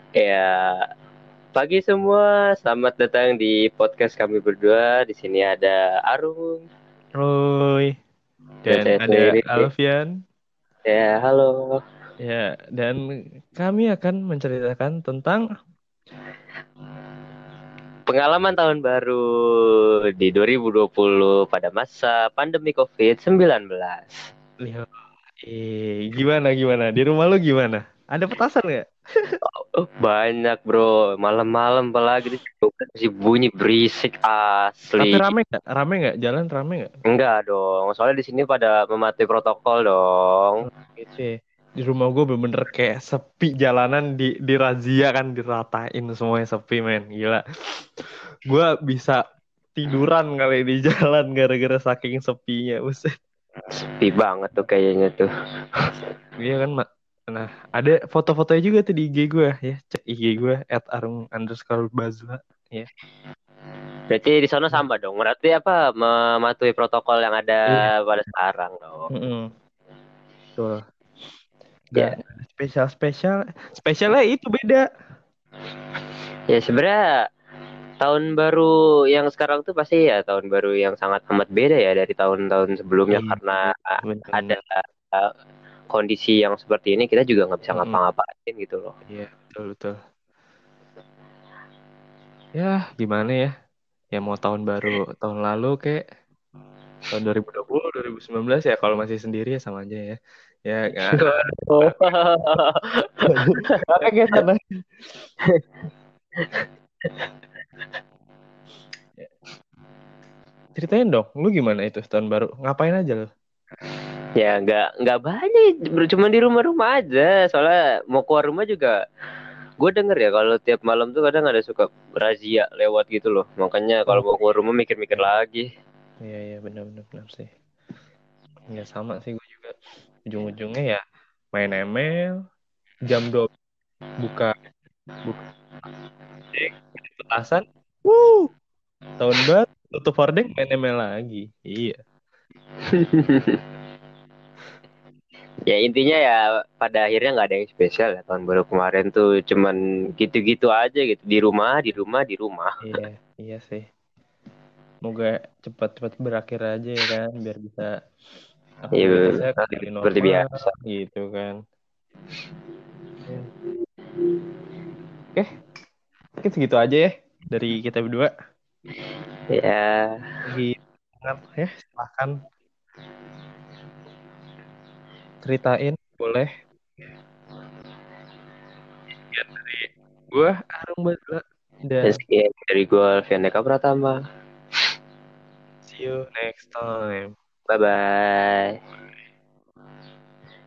Ya, pagi semua, selamat datang di podcast kami berdua. Di sini ada Arung Roy dan dan saya ada sendiri. Alfian Ya, halo. ya, dan kami akan menceritakan tentang Pengalaman tahun baru di 2020 pada masa pandemi COVID-19. lihat gimana gimana di rumah lu gimana, ada petasan nggak? Banyak bro, malam-malam apalagi di situ kan masih bunyi berisik Tapi asli. rame nggak jalan rame nggak? Enggak dong, soalnya di sini pada mematuhi protokol dong. Gitu ya. Di rumah gue bener-bener kayak sepi, jalanan di razia kan, diratain semuanya sepi, men, gila. Gue bisa tiduran kali di jalan gara-gara saking sepinya, buset. Sepi banget tuh kayaknya tuh. Iya kan, Mak. Nah, ada foto-fotonya juga tuh di IG gue ya. Cek IG gue @arung_bazla ya. Berarti di sana sama dong. Berarti apa mematuhi protokol yang ada Iya. pada sekarang dong. Mm-mm. Betul. Gak Ya, ada spesial-spesial. Spesialnya itu beda. ya sebenarnya tahun baru yang sekarang tuh pasti ya tahun baru yang sangat amat beda ya dari tahun-tahun sebelumnya Iya, karena ada benar-benar. uh, kondisi yang seperti ini kita juga nggak bisa Mm-mm. ngapa-ngapain gitu loh. Iya, betul-betul. Ya, gimana ya? Ya mau tahun baru tahun lalu kayak tahun 2020, 2019 ya, kalau masih sendiri ya sama aja ya. Ya, nggak. Kayak sana. Ceritain dong, lu gimana itu tahun baru? Ngapain aja lu? Ya nggak banyak, cuma di rumah-rumah aja. Soalnya mau keluar rumah juga, gue denger ya kalau tiap malam tuh kadang ada suka razia lewat gitu loh. Makanya kalau Oh, mau keluar rumah mikir-mikir lagi. iya iya benar-benar benar sih. Ya sama sih gue juga. Ujung-ujungnya ya main ML, jam 2 buka buka hordeng, main petasan. Wuh, tahun baru tutup hordeng main ML lagi. Iya. Ya intinya ya pada akhirnya nggak ada yang spesial ya tahun baru kemarin tuh cuman gitu-gitu aja gitu di rumah di rumah di rumah. Iya, iya sih. Moga cepat-cepat berakhir aja ya kan, biar bisa Ya aktivitasnya kembali seperti normal biasa. gitu kan. Ya. Oke, mungkin segitu aja ya dari kita berdua. Ya, Lagi dengar ya, silahkan ceritain, boleh. Sekian dari gua, Arung Bazla, dan dan sekian dari gue Alfian Eka Pratama. see you next time. Bye bye.